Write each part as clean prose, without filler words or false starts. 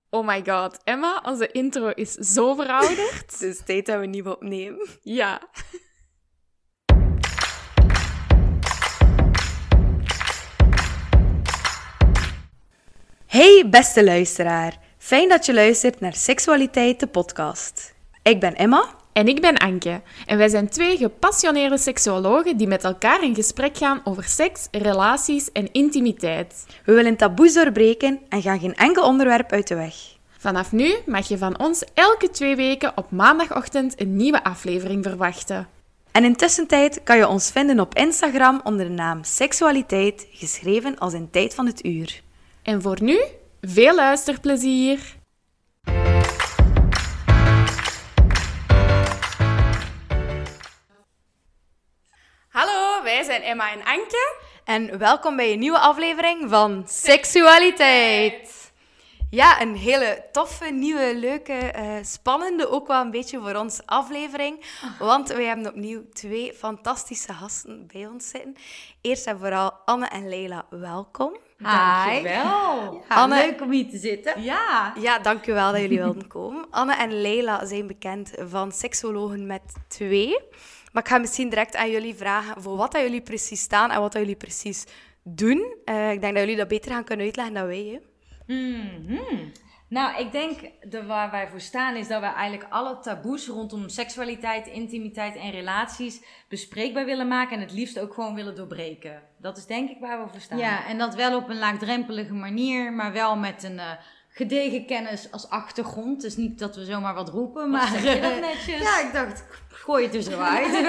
Oh my god, Emma, onze intro is zo verouderd. Dus tijd dat we nieuw opnemen. Ja. Hey beste luisteraar, fijn dat je luistert naar Seksualiteit, de podcast. Ik ben Emma. En ik ben Anke. En wij zijn twee gepassioneerde seksuologen die met elkaar in gesprek gaan over seks, relaties en intimiteit. We willen taboes doorbreken en gaan geen enkel onderwerp uit de weg. Vanaf nu mag je van ons elke 2 weken op maandagochtend een nieuwe aflevering verwachten. En intussen kan je ons vinden op Instagram onder de naam Seksualiteit, geschreven als in tijd van het uur. En voor nu, veel luisterplezier! Hallo, wij zijn Emma en Anke. En welkom bij een nieuwe aflevering van Seksualiteit. Ja, een hele toffe, nieuwe, leuke, spannende, ook wel een beetje voor ons aflevering. Want wij hebben opnieuw 2 fantastische gasten bij ons zitten. Eerst en vooral Anne en Leila, welkom. Dankjewel. Ja, Anne, leuk om hier te zitten. Ja, dankjewel dat jullie wilden komen. Anne en Leila zijn bekend van Seksologen met 2. Maar ik ga misschien direct aan jullie vragen voor wat dat jullie precies staan en wat dat jullie precies doen. Ik denk dat jullie dat beter gaan kunnen uitleggen dan wij, hè? Nou, ik denk dat waar wij voor staan is dat wij eigenlijk alle taboes rondom seksualiteit, intimiteit en relaties bespreekbaar willen maken en het liefst ook gewoon willen doorbreken. Dat is denk ik waar we voor staan. Ja, en dat wel op een laagdrempelige manier, maar wel met een gedegen kennis als achtergrond. Dus niet dat we zomaar wat roepen, maar... Zeg je dat netjes? Ja, ik dacht, gooi het er zo uit.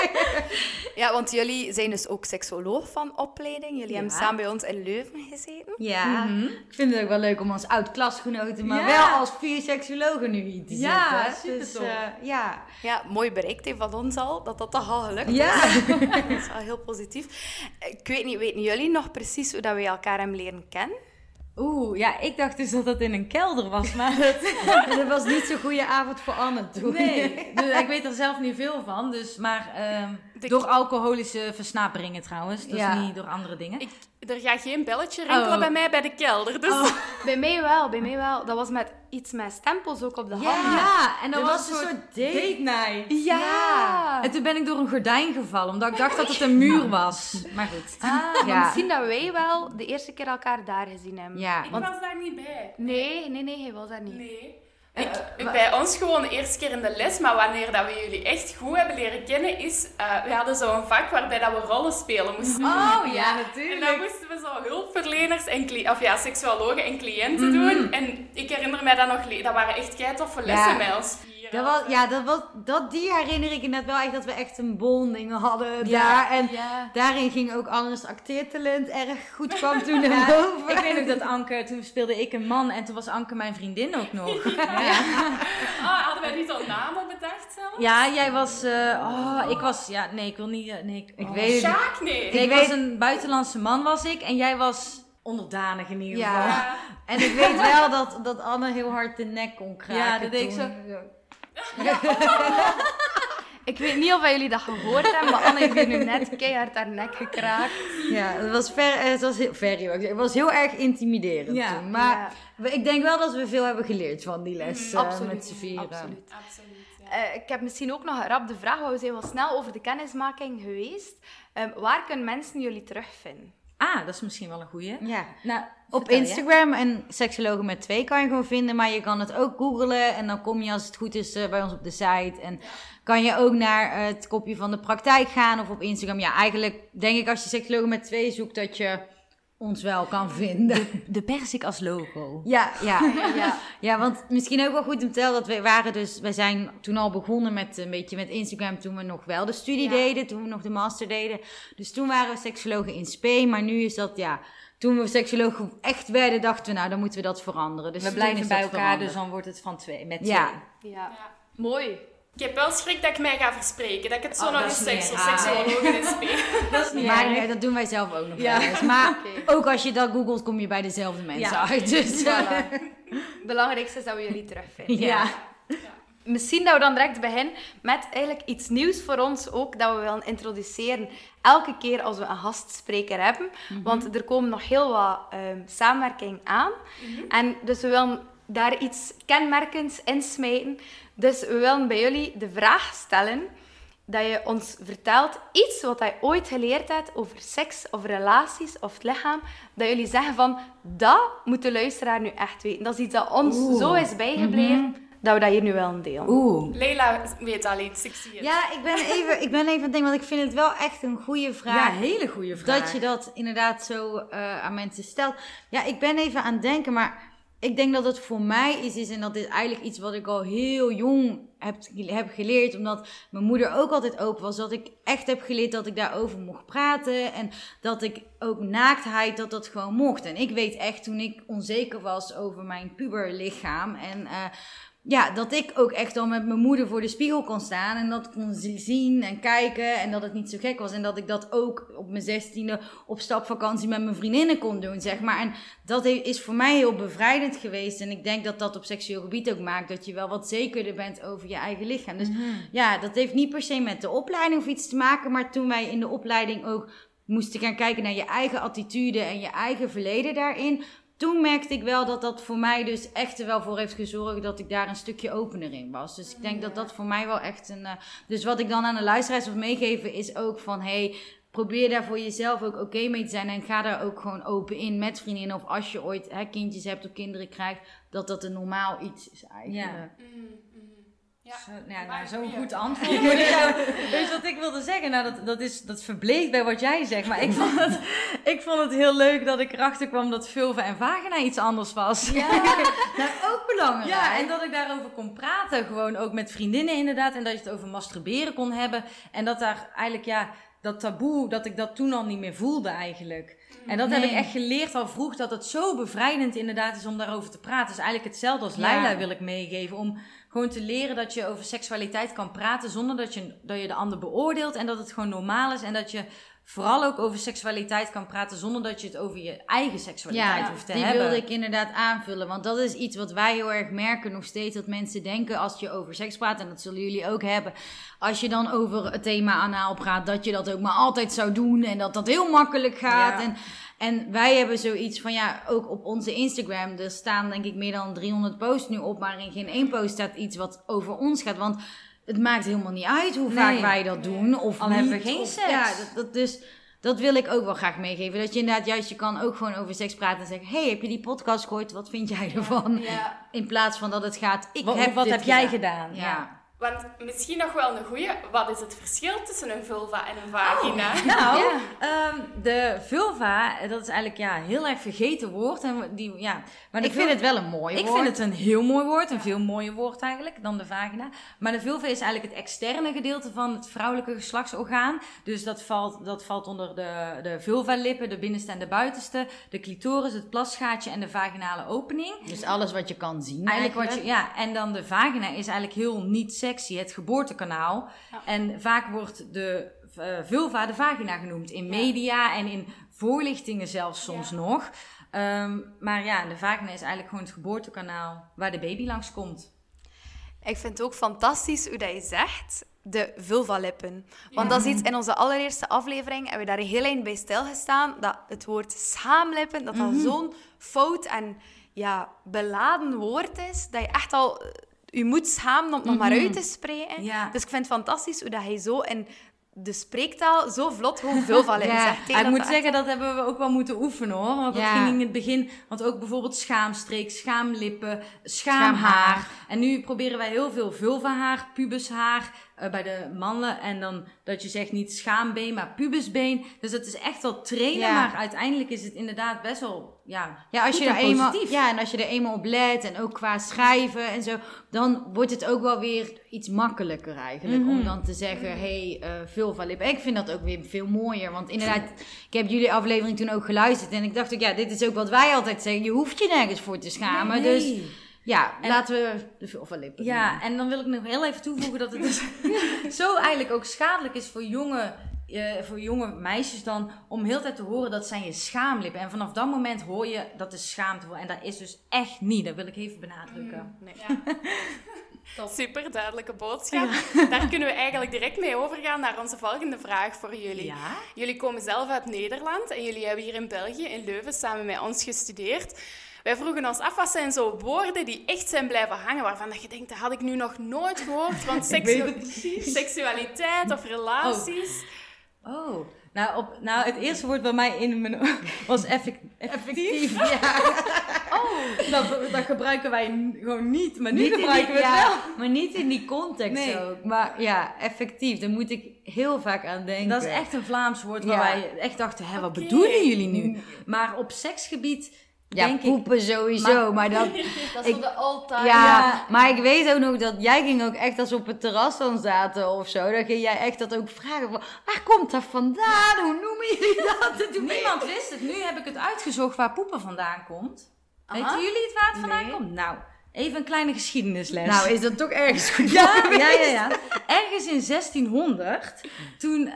Ja, want jullie zijn dus ook seksoloog van opleiding. Jullie hebben samen bij ons in Leuven gezeten. Ja, ik vind het ook wel leuk om als oud-klasgenoten, maar Ja. wel als 4 seksologen nu hier te zitten. Ja, supertof. Ja. Ja, mooi bereikt hè, van ons al, dat toch al gelukt is. Ja. Dat is wel heel positief. Ik weet niet, weten jullie nog precies hoe dat wij elkaar hebben leren kennen? Ik dacht dus dat het in een kelder was, maar Dat was niet zo'n goede avond voor Anne toen. nee. Dus ik weet er zelf niet veel van, dus, maar door alcoholische versnaperingen trouwens, dus Ja. niet door andere dingen. Er gaat geen belletje rinkelen bij mij bij de kelder, dus... Bij mij wel. Dat was met iets met stempels ook op de hand. Ja, en dat Er was een soort date. night. Ja. En toen ben ik door een gordijn gevallen, omdat ik dacht dat het een muur was. Maar goed. Maar Ja. misschien dat wij wel de eerste keer elkaar daar gezien hebben. Ja. Ik was daar niet bij. Nee, hij was daar niet. Nee. Bij ons gewoon de eerste keer in de les, maar wanneer dat we jullie echt goed hebben leren kennen is... we hadden zo'n vak waarbij dat we rollen spelen moesten. Oh ja, En natuurlijk. dan moesten we zo hulpverleners en seksuologen en cliënten doen. En ik herinner mij dat nog... Dat waren echt keitoffe lessen Ja. met ons 4. Die herinner ik inderdaad wel echt dat we echt een bonding hadden daar. En daarin ging ook Anne's acteertalent erg goed kwam toen naar boven. Ik weet nog dat Anke, toen speelde ik een man en toen was Anke mijn vriendin ook nog. Hadden wij niet al namen bedacht zelf? Ja, jij was... ik was... Ja, nee, ik wil niet... nee, ik weet het niet. Sjaak, nee. Ik was een buitenlandse man was ik en jij was onderdanig in ieder geval. Ja. En ik weet wel dat Anne heel hard de nek kon kraken. Ja, dat deed ik toen. Ik weet niet of jullie dat gehoord hebben, maar Anne heeft hier nu net keihard haar nek gekraakt. Ja, het was heel erg intimiderend Ja. toen. Maar ik denk wel dat we veel hebben geleerd van die les Absoluut, met z'n vieren. absoluut. Absoluut, ja. Ik heb misschien ook nog rap de vraag, want we zijn wel snel over de kennismaking geweest. Waar kunnen mensen jullie terugvinden? Ah, dat is misschien wel een goeie. Ja. Nou, Op vertel, Instagram en Seksologen met 2 kan je gewoon vinden, maar je kan het ook googlen en dan kom je als het goed is bij ons op de site. En kan je ook naar het kopje van de praktijk gaan of op Instagram. Ja, eigenlijk denk ik als je Seksologen met 2 zoekt dat je ons wel kan vinden. De persik als logo. Ja. Ja, want misschien ook wel goed om te tellen dat wij zijn toen al begonnen met een beetje met Instagram toen we nog wel de studie deden, toen we nog de master deden. Dus toen waren we seksologen in spe, maar nu is dat toen we seksologen echt werden, dachten we dan moeten we dat veranderen. Dus We toen blijven is bij dat elkaar, veranderd. dus dan wordt het van 2 met 2. Ja. Ja. Mooi. Ik heb wel schrik dat ik mij ga verspreken. Dat ik het zo nog dat eens is niet seksuologen in speel. Dat is niet Maar erg. nee, dat doen wij zelf ook nog wel eens. Maar ook als je dat googelt, kom je bij dezelfde mensen uit. Dus, Voilà. Het belangrijkste is dat we jullie terugvinden. ja. misschien dat we dan direct beginnen met eigenlijk iets nieuws voor ons ook, dat we willen introduceren elke keer als we een gastspreker hebben. Want er komen nog heel wat samenwerking aan. En dus we willen daar iets kenmerkends in smijten. Dus we willen bij jullie de vraag stellen dat je ons vertelt iets wat je ooit geleerd hebt over seks of relaties of het lichaam, dat jullie zeggen van, dat moet de luisteraar nu echt weten. Dat is iets dat ons zo is bijgebleven, dat we dat hier nu willen delen. Leila weet alleen, ik zie het. Ja, ik ben even aan het denken, want ik vind het wel echt een goede vraag. Ja, hele goede vraag. Dat je dat inderdaad zo aan mensen stelt. Ja, ik ben even aan het denken, maar ik denk dat het voor mij is en dat is eigenlijk iets wat ik al heel jong heb geleerd, omdat mijn moeder ook altijd open was, dat ik echt heb geleerd dat ik daarover mocht praten en dat ik ook naaktheid, dat gewoon mocht. En ik weet echt, toen ik onzeker was over mijn puberlichaam en dat ik ook echt al met mijn moeder voor de spiegel kon staan en dat kon zien en kijken en dat het niet zo gek was. En dat ik dat ook op mijn 16e op stapvakantie met mijn vriendinnen kon doen, zeg maar. En dat is voor mij heel bevrijdend geweest. En ik denk dat dat op seksueel gebied ook maakt dat je wel wat zekerder bent over je eigen lichaam. Dus dat heeft niet per se met de opleiding of iets te maken. Maar toen wij in de opleiding ook moesten gaan kijken naar je eigen attitude en je eigen verleden daarin, toen merkte ik wel dat dat voor mij dus echt er wel voor heeft gezorgd dat ik daar een stukje opener in was. Dus ik denk dat dat voor mij wel echt een... Dus wat ik dan aan de luisteraars wil meegeven is ook van, probeer daar voor jezelf ook oké mee te zijn. En ga daar ook gewoon open in met vriendinnen. Of als je ooit kindjes hebt of kinderen krijgt, dat een normaal iets is eigenlijk. Ja. Zo'n goed antwoord. Dus wat ik wilde zeggen, dat verbleekt bij wat jij zegt. Maar ik vond het heel leuk dat ik erachter kwam dat vulva en vagina iets anders was. Ja, ook belangrijk. Ja, en dat ik daarover kon praten, gewoon ook met vriendinnen inderdaad. En dat je het over masturberen kon hebben. En dat daar eigenlijk, dat taboe, dat ik dat toen al niet meer voelde eigenlijk. En dat heb ik echt geleerd al vroeg, dat het zo bevrijdend inderdaad is om daarover te praten. Dus eigenlijk hetzelfde als Leila wil ik meegeven, om gewoon te leren dat je over seksualiteit kan praten zonder dat je de ander beoordeelt en dat het gewoon normaal is en dat je vooral ook over seksualiteit kan praten zonder dat je het over je eigen seksualiteit hoeft te hebben. Die wilde ik inderdaad aanvullen, want dat is iets wat wij heel erg merken nog steeds, dat mensen denken als je over seks praat, en dat zullen jullie ook hebben, als je dan over het thema anaal praat, dat je dat ook maar altijd zou doen en dat dat heel makkelijk gaat. Ja. En wij hebben zoiets van, ook op onze Instagram, er staan denk ik meer dan 300 posts nu op, maar in geen één post staat iets wat over ons gaat, want het maakt helemaal niet uit hoe vaak wij dat doen. Of al niet, hebben we geen seks. Ja, dus dat wil ik ook wel graag meegeven. Dat je inderdaad juist, je kan ook gewoon over seks praten en zeggen, heb je die podcast gehoord? Wat vind jij ervan? Ja. In plaats van dat het gaat, Wat heb jij gedaan? Ja. Want misschien nog wel een goeie. Wat is het verschil tussen een vulva en een vagina? De vulva, dat is eigenlijk heel erg vergeten woord. Maar Ik vind het wel een mooi woord. Ik vind het een heel mooi woord, een veel mooier woord eigenlijk dan de vagina. Maar de vulva is eigenlijk het externe gedeelte van het vrouwelijke geslachtsorgaan. Dus dat valt onder de vulvalippen, de binnenste en de buitenste, de clitoris, het plasgaatje en de vaginale opening. Dus alles wat je kan zien. En dan de vagina is eigenlijk heel niet sexy, het geboortekanaal. Ja. En vaak wordt de vulva de vagina genoemd in media en in voorlichtingen zelfs soms nog. Maar de vagina is eigenlijk gewoon het geboortekanaal waar de baby langs komt. Ik vind het ook fantastisch hoe dat je zegt, de vulvalippen. Want dat is iets, in onze allereerste aflevering hebben we daar heel eind bij stilgestaan, dat het woord schaamlippen, dat zo'n fout en beladen woord is, dat je echt al je moet schamen om het nog maar uit te spreken. Ja. Dus ik vind het fantastisch hoe dat hij zo in de spreektaal zo vlot gewoon vulvalippen zegt. Ik moet zeggen, dat hebben we ook wel moeten oefenen hoor. Want dat ging in het begin, want ook bijvoorbeeld schaamstreek, schaamlippen, schaamhaar. En nu proberen wij heel veel vulvahaar, pubishaar bij de mannen. En dan dat je zegt niet schaambeen, maar pubisbeen. Dus het is echt wel trainen, maar uiteindelijk is het inderdaad best wel als je er positief. en als je er eenmaal op let en ook qua schrijven en zo, dan wordt het ook wel weer iets makkelijker eigenlijk om dan te zeggen, vulvalippen. Ik vind dat ook weer veel mooier, want inderdaad, ik heb jullie aflevering toen ook geluisterd en ik dacht ook, dit is ook wat wij altijd zeggen, je hoeft je nergens voor te schamen, dus laten we de vulvalippen doen. En dan wil ik nog heel even toevoegen dat het dus zo eigenlijk ook schadelijk is voor jonge meisjes dan, om heel de tijd te horen dat zijn je schaamlippen. En vanaf dat moment hoor je dat is schaamtevol. En dat is dus echt niet. Dat wil ik even benadrukken. Nee. Ja. Super duidelijke boodschap. Daar kunnen we eigenlijk direct mee overgaan naar onze volgende vraag voor jullie. Ja? Jullie komen zelf uit Nederland en jullie hebben hier in België, in Leuven, samen met ons gestudeerd. Wij vroegen ons af, wat zijn zo woorden die echt zijn blijven hangen, waarvan dat je denkt, dat had ik nu nog nooit gehoord, want seksualiteit of relaties. Oh, nou, het eerste woord bij mij in mijn was effectief. Ja. Dat gebruiken wij gewoon niet, maar nu Niet gebruiken we het ja, wel. maar niet in die context Nee. ook. Maar ja, effectief. Daar moet ik heel vaak aan denken. Dat is echt een Vlaams woord waar Ja. wij echt dachten, wat Oké. bedoelen jullie nu? Maar op seksgebied Ja, denk ik... poepen sowieso. Maar dat... Dat is voor de all-time. Ja, maar ik weet ook nog dat jij ging ook echt als we op het terras dan zaten of zo. Dan ging jij echt dat ook vragen van, waar komt dat vandaan? Hoe noemen jullie dat? En toen ben je- Niemand wist het. Nu heb ik het uitgezocht waar poepen vandaan komt. Aha. Weten jullie het waar het vandaan Nee. komt? Nou, even een kleine geschiedenisles. Nou, is dat toch ergens goed ja, voor geweest? ja. Ergens in 1600, toen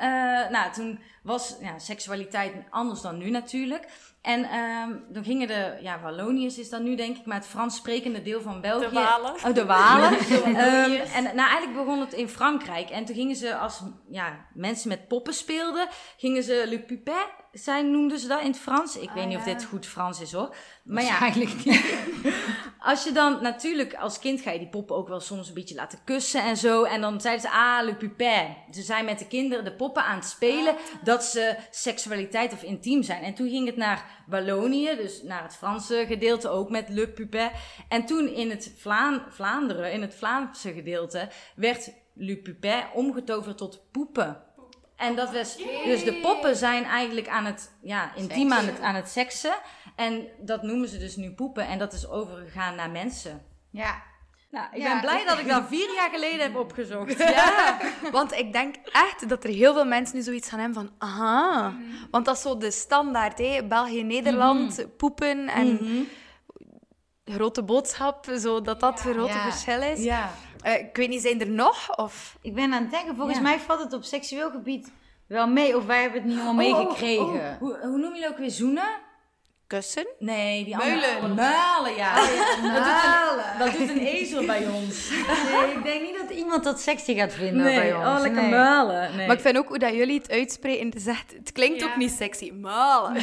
was seksualiteit anders dan nu natuurlijk. En dan gingen Walloniërs is dat nu denk ik, maar het Frans sprekende deel van België. De Walen. Oh, de Walen. Eigenlijk begon het in Frankrijk. En toen gingen ze, als mensen met poppen speelden, gingen ze le pupet, noemden ze dat in het Frans. Ik weet niet of dit goed Frans is hoor. Maar ja, Eigenlijk niet. als je dan natuurlijk als kind ga je die poppen ook wel soms een beetje laten kussen en zo. En dan zeiden ze, le pupet. Ze zijn met de kinderen, de poppen aan het spelen, dat ze seksualiteit of intiem zijn. En toen ging het naar Wallonië, dus naar het Franse gedeelte ook met le pupet. En toen in het Vlaanderen, in het Vlaamse gedeelte, werd le pupet omgetoverd tot poepen. En dat was, dus de poppen zijn eigenlijk aan het, intiem aan het seksen. En dat noemen ze dus nu poepen. En dat is overgegaan naar mensen. Ja. Nou, ik Ja. ben blij dat ik dat 4 jaar geleden heb opgezocht. Ja, want ik denk echt dat er heel veel mensen nu zoiets gaan hebben van, aha. Want dat is zo de standaard, hè. België, Nederland, poepen en grote boodschap, zo dat het grote Ja. verschil is. Ja. Ik weet niet, zijn er nog? Of... Ik ben aan het denken, volgens Ja. mij valt het op seksueel gebied wel mee. Of wij hebben het niet helemaal meegekregen. Hoe noem je dat ook weer? Zoenen? Kussen? Nee, die Muilen. andere. Muilen, ja. Dat doet een ezel bij ons. Nee, ik denk niet dat iemand dat sexy gaat vinden bij ons. lekker Nee. muilen. Nee. Maar ik vind ook hoe dat jullie het uitspreken, het klinkt Ja. ook niet sexy. Malen.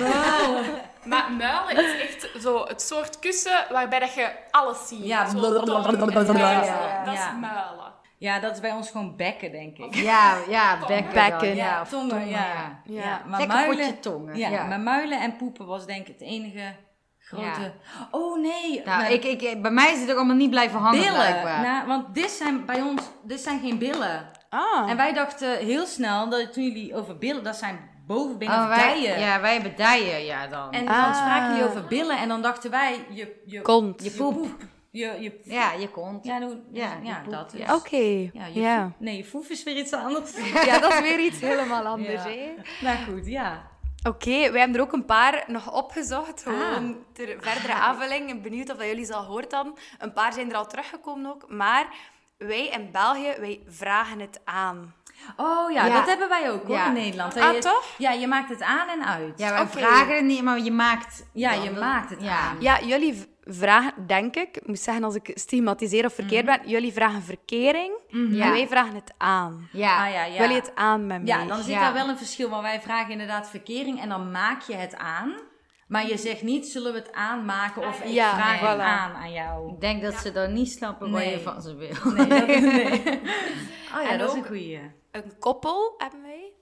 Maar muilen is echt zo het soort kussen waarbij dat je alles ziet. Ja, Zo blablabla. Ja, dat is Ja. muilen. Ja, dat is bij ons gewoon bekken, denk ik. Ja, bekken. Bekken. dan. Ja, of tongen, ja. ja. Maar Lekker muilen, potje tongen. Ja, maar muilen en poepen was denk ik het enige grote... Ja. Oh nee! Nou, bij mij is het ook allemaal niet blijven hangen billen. blijkbaar. Nou, want dit zijn bij ons, dit zijn geen billen. Ah. En wij dachten heel snel, dat toen jullie over billen, dat zijn bovenbenen of wij, dijen. ja, wij hebben dijen, ja dan. En dan spraken jullie over billen en dan dachten wij, je Kont. je poep. Je ja, je kont. ja, je poep, dat is. ja. Oké. Ja, Ja. voet- nee, je foef is weer iets anders. Ja, dat is weer iets helemaal anders. Ja. Hè? Nou goed, ja. Oké, wij hebben er ook een paar nog opgezocht. Gewoon ter verdere aanvulling. Ik ben benieuwd of dat jullie ze al gehoord hadden. Een paar zijn er al teruggekomen ook. Maar wij in België, wij vragen het aan. Oh ja, Ja. dat hebben wij ook hoor Ja. in Nederland. Ah, Je- toch? Ja, je maakt het aan en uit. Ja, wij Oké. vragen het niet, maar je maakt... Ja, dan je de- maakt het ja. aan. Ja, jullie vragen, denk ik moet zeggen als ik stigmatiseer of verkeerd ben, jullie vragen verkering Ja. en wij vragen het aan. Ja. Ah, ja, ja. Wil je het aan met mij? Ja, dan zit Ja. daar wel een verschil. Want wij vragen inderdaad verkering en dan maak je het aan. Maar je zegt niet, zullen we het aanmaken of ik Ja, vraag nee. het Voilà. aan jou. Ik denk dat ze dan niet snappen wat Nee. je van ze wil. Nee, dat, nee. Oh ja, En dat is ook- een goeie. Een koppel hebben wij.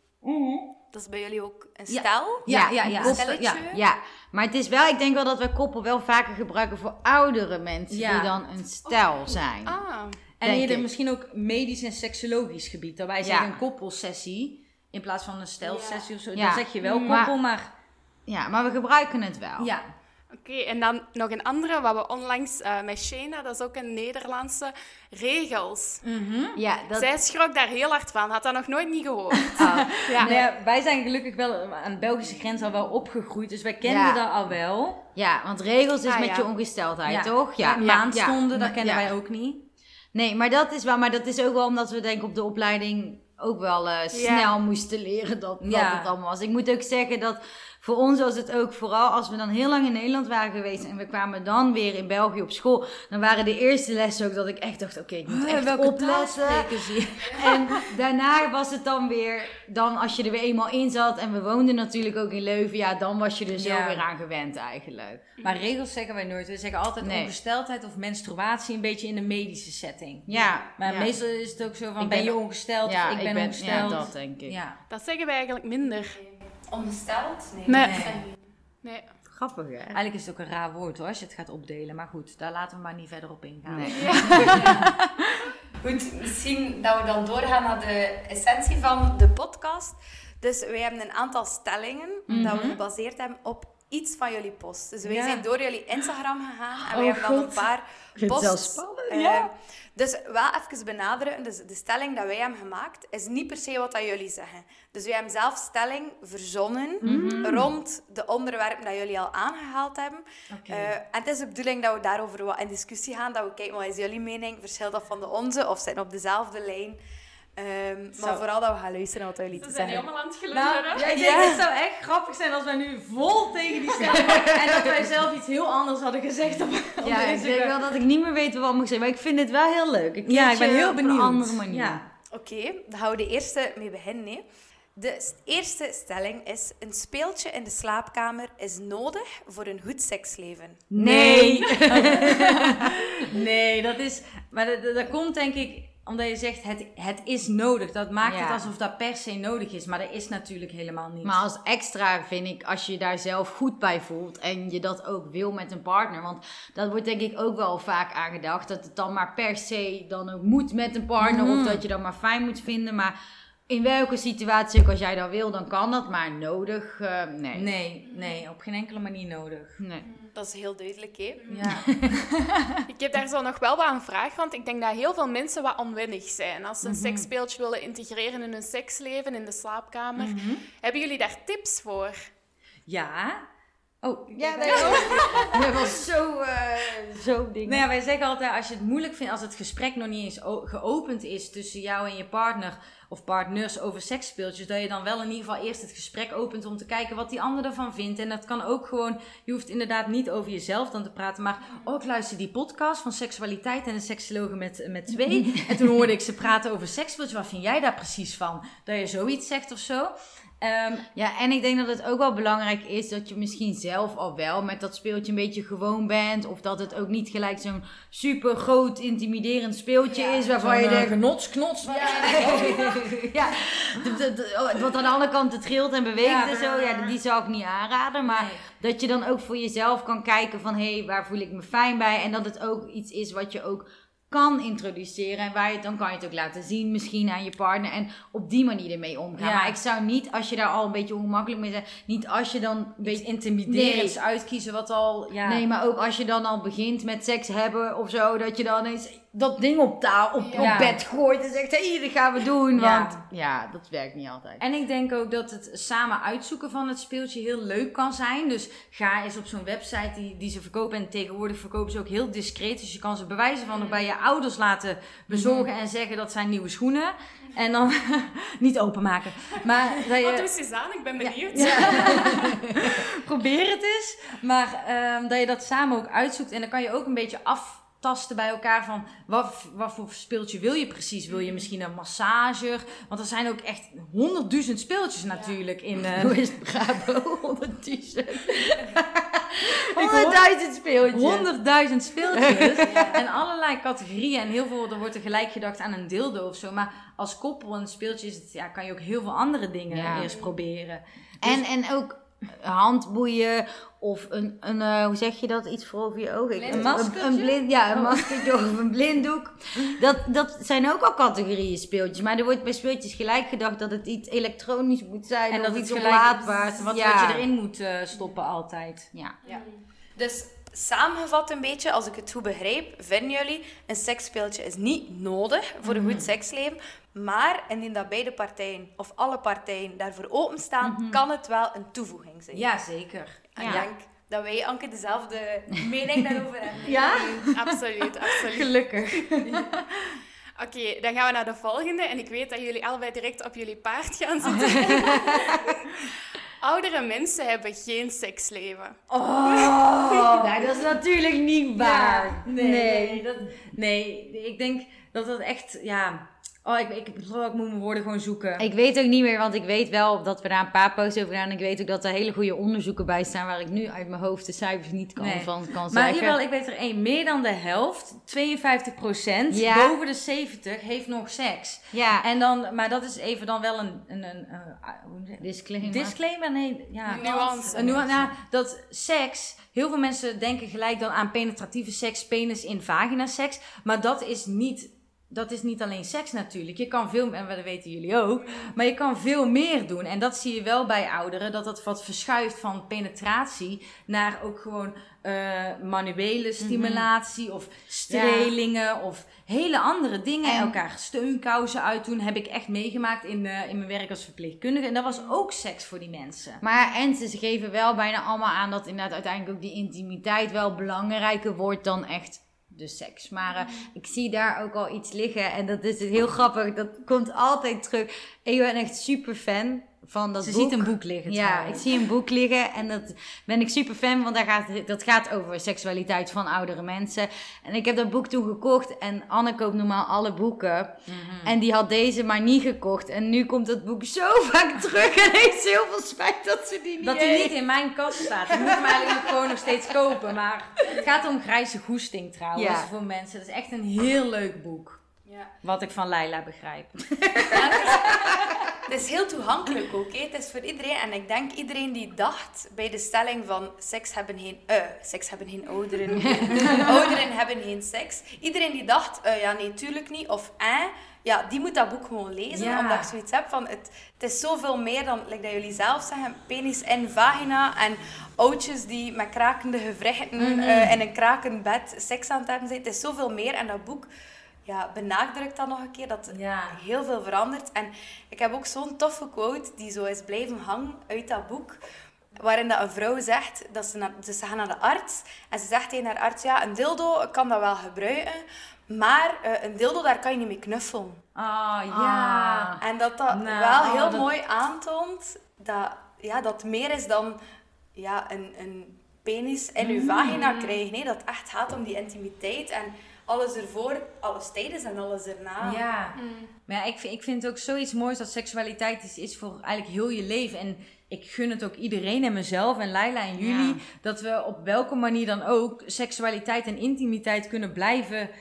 Dat is bij jullie ook een Ja. stel. Ja, Ja, ja. Een stelletje. Ja. Ja, maar het is wel, ik denk wel dat wij koppel wel vaker gebruiken voor oudere mensen Ja. die dan een stel zijn. Ah. En Denk eerder ik. misschien ook medisch en seksologisch gebied. Dat wij zeggen Ja. een koppelsessie in plaats van een stelsessie of zo. Ja. Dan zeg je wel Maar- koppel, maar Ja, maar we gebruiken het wel. ja. Oké, en dan nog een andere, wat we onlangs met Shayna, dat is ook een Nederlandse, regels. Ja, dat... Zij schrok daar heel hard van, had dat nog nooit niet gehoord. Ja. Nou ja, wij zijn gelukkig wel aan de Belgische grens al wel opgegroeid. Dus wij kenden Ja. dat al wel. Ja, want regels is Ah, met ja. je ongesteldheid, Ja. toch? Ja. Maandstonden, Ja. dat kennen Ja. wij ook niet. Nee, maar dat is wel, maar dat is ook wel omdat we denk ik op de opleiding ook wel snel moesten leren dat Ja. het allemaal was. Ik moet ook zeggen dat voor ons was het ook vooral als we dan heel lang in Nederland waren geweest en we kwamen dan weer in België op school. Dan waren de eerste lessen ook dat ik echt dacht, oké, ik moet echt opletten. En daarna was het dan weer, als je er weer eenmaal in zat en we woonden natuurlijk ook in Leuven, ja, dan was je er zo weer aan gewend eigenlijk. Maar regels zeggen wij nooit. We zeggen altijd ongesteldheid of menstruatie een beetje in de medische setting. Ja. Maar meestal is het ook zo van, ben je ongesteld of ik ben ongesteld. Ja, dat denk ik. Ja. Dat zeggen wij eigenlijk minder. Ongesteld? Nee. Grappig, hè? Eigenlijk is het ook een raar woord hoor, als je het gaat opdelen. Maar goed, daar laten we maar niet verder op ingaan. Nee. Goed, misschien dat we dan doorgaan naar de essentie van de podcast. Dus wij hebben een aantal stellingen dat we gebaseerd hebben op iets van jullie post. Dus wij zijn door jullie Instagram gegaan en wij hebben dan een paar posts. Dus wel even benadrukken, dus de stelling dat wij hebben gemaakt is niet per se wat dat jullie zeggen. Dus wij hebben zelf stelling verzonnen rond de onderwerpen dat jullie al aangehaald hebben. En het is de bedoeling dat we daarover wat in discussie gaan, dat we kijken wat is jullie mening, verschilt dat van de onze of zijn op dezelfde lijn. Maar vooral dat we gaan luisteren naar wat jullie te zeggen. Ze zijn helemaal aan het geluisteren. Ik denk het zou echt grappig zijn als wij nu vol tegen die stelling en dat wij zelf iets heel anders hadden gezegd. Ja, ik denk wel dat ik niet meer weet wat moet zeggen, maar ik vind het wel heel leuk. Ik ben heel benieuwd. Op een andere manier. Ja. Oké, dan gaan we de eerste mee beginnen. Hè. De eerste stelling is: een speeltje in de slaapkamer is nodig voor een goed seksleven. Nee. Nee, dat is... Maar dat komt denk ik omdat je zegt het is nodig. Dat maakt het alsof dat per se nodig is. Maar dat is natuurlijk helemaal niet. Maar als extra vind ik, als je daar zelf goed bij voelt en je dat ook wil met een partner. Want dat wordt denk ik ook wel vaak aangedacht. Dat het dan maar per se dan ook moet met een partner. Of dat je dat maar fijn moet vinden. Maar in welke situatie, ook als jij dat wil, dan kan dat. Maar nodig, nee. Nee, op geen enkele manier nodig. Nee. Dat is heel duidelijk, hè? Ja. Ik heb daar zo nog wel wat een vraag, want ik denk dat heel veel mensen wat onwennig zijn. Als ze een seksspeeltje willen integreren in hun seksleven, in de slaapkamer. Hebben jullie daar tips voor? Ja. Oh, Ja, dat was zo ding. Nou ja, wij zeggen altijd, als je het moeilijk vindt, als het gesprek nog niet eens geopend is tussen jou en je partner of partners over seksspeeltjes, dat je dan wel in ieder geval eerst het gesprek opent om te kijken wat die ander ervan vindt. En dat kan ook gewoon, je hoeft inderdaad niet over jezelf dan te praten, maar ik luister die podcast van seksualiteit en de seksologen met 2. En toen hoorde ik ze praten over seksspeeltjes. Wat vind jij daar precies van? Dat je zoiets zegt of zo. Ja, en ik denk dat het ook wel belangrijk is dat je misschien zelf al wel met dat speeltje een beetje gewoon bent. Of dat het ook niet gelijk zo'n super groot intimiderend speeltje is waarvan je denkt... Genotsknots. Ja, wat aan alle kanten trilt en beweegt en zo. Ja, die zou ik niet aanraden. Maar dat je dan ook voor jezelf kan kijken van... hé, waar voel ik me fijn bij? En dat het ook iets is wat je ook kan introduceren. En dan kan je het ook laten zien misschien aan je partner. En op die manier ermee omgaan. Ja. Maar ik zou niet, als je daar al een beetje ongemakkelijk mee bent... niet als je dan een beetje intimiderends uitkiezen wat al... Ja. Nee, maar ook als je dan al begint met seks hebben of zo... dat je dan eens dat ding op bed gooit en zegt... hé, dat gaan we doen. Want dat werkt niet altijd. En ik denk ook dat het samen uitzoeken van het speeltje heel leuk kan zijn. Dus ga eens op zo'n website die ze verkopen. En tegenwoordig verkopen ze ook heel discreet. Dus je kan ze bewijzen van nog bij je ouders laten bezorgen en zeggen dat zijn nieuwe schoenen. En dan niet openmaken. Maar Wat doet Suzanne? Ik ben benieuwd. probeer het eens. Maar dat je dat samen ook uitzoekt. En dan kan je ook een beetje aftasten bij elkaar van wat voor speeltje wil je precies? Wil je misschien een massager? Want er zijn ook echt 100.000 speeltjes natuurlijk in... Hoe is het, Bravo? 100.000. 100.000 speeltjes. 100.000 speeltjes. En allerlei categorieën. En heel veel, er wordt er gelijk gedacht aan een dildo of zo. Maar als koppel een speeltje is het, kan je ook heel veel andere dingen eerst proberen. Dus En ook handboeien of een hoe zeg je dat? Iets voor over je ogen. Een maskertje? Een maskertje of een blinddoek. Dat zijn ook al categorieën speeltjes. Maar er wordt bij speeltjes gelijk gedacht dat het iets elektronisch moet zijn. En of dat iets het oplaadbaars. Wat je erin moet stoppen altijd. Ja. Dus samengevat een beetje, als ik het goed begrijp, vinden jullie een seksspeeltje is niet nodig voor een goed seksleven. Maar indien dat beide partijen of alle partijen daarvoor openstaan, kan het wel een toevoeging zijn. Ja, zeker. En ik denk dat wij, Anke, dezelfde mening daarover hebben. Ja? Absoluut. Gelukkig. Oké, dan gaan we naar de volgende. En ik weet dat jullie allebei direct op jullie paard gaan zitten. Oudere mensen hebben geen seksleven. Nou, dat is natuurlijk niet waar. Ja, nee, ik denk dat dat echt, ik moet mijn woorden gewoon zoeken. Ik weet ook niet meer, want ik weet wel dat we daar een paar posts over gedaan. Ik weet ook dat er hele goede onderzoeken bij staan waar ik nu uit mijn hoofd de cijfers niet kan zeggen. Maar jawel, ik weet er één. Meer dan de helft, 52%, Ja. boven de 70, heeft nog seks. Ja, En dan, maar dat is even dan wel een disclaimer. disclaimer? Nee, ja. Een nuance. Een nuance, nou, dat seks, heel veel mensen denken gelijk dan aan penetratieve seks, penis in vagina seks. Maar dat is niet alleen seks natuurlijk. Je kan veel, en dat weten jullie ook, maar je kan veel meer doen. En dat zie je wel bij ouderen, dat wat verschuift van penetratie naar ook gewoon manuele stimulatie of strelingen of hele andere dingen. En elkaar steunkousen uitdoen, heb ik echt meegemaakt in mijn werk als verpleegkundige. En dat was ook seks voor die mensen. Maar en ze geven wel bijna allemaal aan dat inderdaad uiteindelijk ook die intimiteit wel belangrijker wordt dan echt de seks. Maar ik zie daar ook al iets liggen en dat is heel grappig. Dat komt altijd terug. Ik ben echt super fan van dat Ze boek. ziet een boek liggen. Ja, trouwens. ik zie een boek liggen en dat ben ik super fan, want dat gaat over seksualiteit van oudere mensen. En ik heb dat boek toen gekocht en Anne koopt normaal alle boeken. En die had deze maar niet gekocht. En nu komt dat boek zo vaak terug en heeft ze heel veel spijt dat ze die niet Dat hij heeft. niet in mijn kast staat. Ik moet hem eigenlijk gewoon nog steeds kopen. Maar het gaat om Grijze Goesting trouwens Ja. voor mensen. Dat is echt een heel leuk boek. Ja. Wat ik van Laila begrijp. Het is heel toegankelijk ook. Hè. Het is voor iedereen. En ik denk iedereen die dacht bij de stelling van seks hebben geen ouderen. Ouderen hebben geen seks. Iedereen die dacht, nee, tuurlijk niet. Of ja, die moet dat boek gewoon lezen. Ja. Omdat ik zoiets heb van, het is zoveel meer dan, like dat jullie zelf zeggen, penis en vagina. En oudjes die met krakende gewrichten in een krakend bed seks aan het hebben zijn. Het is zoveel meer. En dat boek benadrukt dat nog een keer, dat heel veel verandert. En ik heb ook zo'n toffe quote die zo is blijven hangen uit dat boek. Waarin dat een vrouw zegt, dus ze gaan naar de arts. En ze zegt tegen haar arts, ja, een dildo kan dat wel gebruiken. Maar een dildo, daar kan je niet mee knuffelen. En dat wel heel mooi aantoont dat het meer is dan een penis in je vagina krijgen. Nee, dat het echt gaat om die intimiteit en alles ervoor, alles tijdens en alles erna. Ja, maar ja, ik vind het ook zoiets moois dat seksualiteit is voor eigenlijk heel je leven. En ik gun het ook iedereen en mezelf en Laila en jullie, dat we op welke manier dan ook seksualiteit en intimiteit kunnen blijven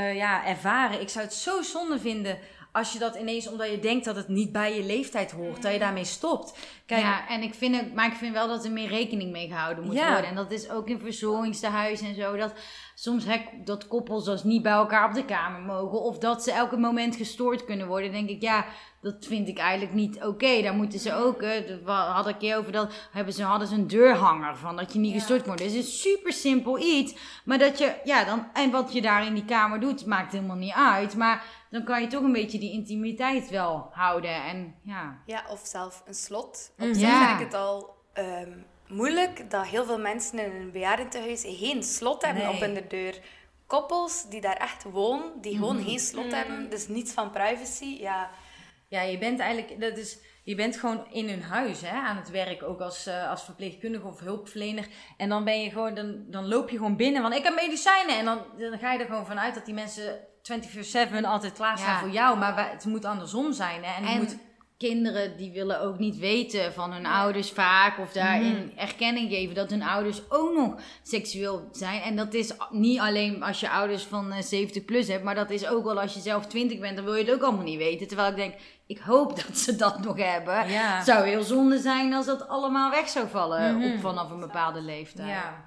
ervaren. Ik zou het zo zonde vinden als je dat ineens, omdat je denkt dat het niet bij je leeftijd hoort, dat je daarmee stopt. Kijk, Ja, en ik vind wel dat er meer rekening mee gehouden moet worden. En dat is ook in verzorgingstehuizen en zo. Dat soms dat koppels dus niet bij elkaar op de kamer mogen. Of dat ze elke moment gestoord kunnen worden. Dan denk ik, dat vind ik eigenlijk niet oké. Daar moeten ze ook, had ik je over dat, hadden ze een deurhanger van dat je niet gestoord wordt. Dus het is super simpel iets. Maar dat je, en wat je daar in die kamer doet, maakt helemaal niet uit. Maar dan kan je toch een beetje die intimiteit wel houden. En Ja, of zelf een slot. Mm, Op zich ja. vind ik het al moeilijk dat heel veel mensen in een bejaardentehuis geen slot hebben Nee. op hun deur. Koppels die daar echt wonen, die gewoon geen slot hebben, dus niets van privacy. Ja, Ja, je bent eigenlijk, je bent gewoon in hun huis aan het werk, ook als verpleegkundige of hulpverlener. En dan ben je gewoon, dan loop je gewoon binnen, want ik heb medicijnen. En dan ga je er gewoon vanuit dat die mensen 24/7 altijd klaar staan voor jou. Maar het moet andersom zijn. Hè? En kinderen die willen ook niet weten van hun ouders vaak. Of daarin erkenning geven dat hun ouders ook nog seksueel zijn. En dat is niet alleen als je ouders van 70 plus hebt. Maar dat is ook wel als je zelf 20 bent. Dan wil je het ook allemaal niet weten. Terwijl ik denk, ik hoop dat ze dat nog hebben. Ja. Het zou heel zonde zijn als dat allemaal weg zou vallen vanaf een bepaalde leeftijd. Ja.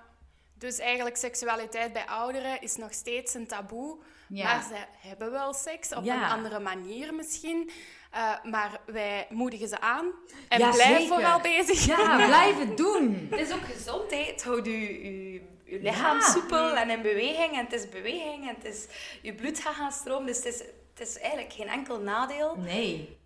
Dus eigenlijk seksualiteit bij ouderen is nog steeds een taboe. Ja. Maar ze hebben wel seks, op een andere manier misschien. Maar wij moedigen ze aan. En Ja, blijf zeker. vooral bezig. Ja, blijf het doen. het is ook gezondheid. Het houdt je lichaam soepel en in beweging. En het is beweging en je bloed gaat gaan stromen. Dus het is eigenlijk geen enkel nadeel. Nee.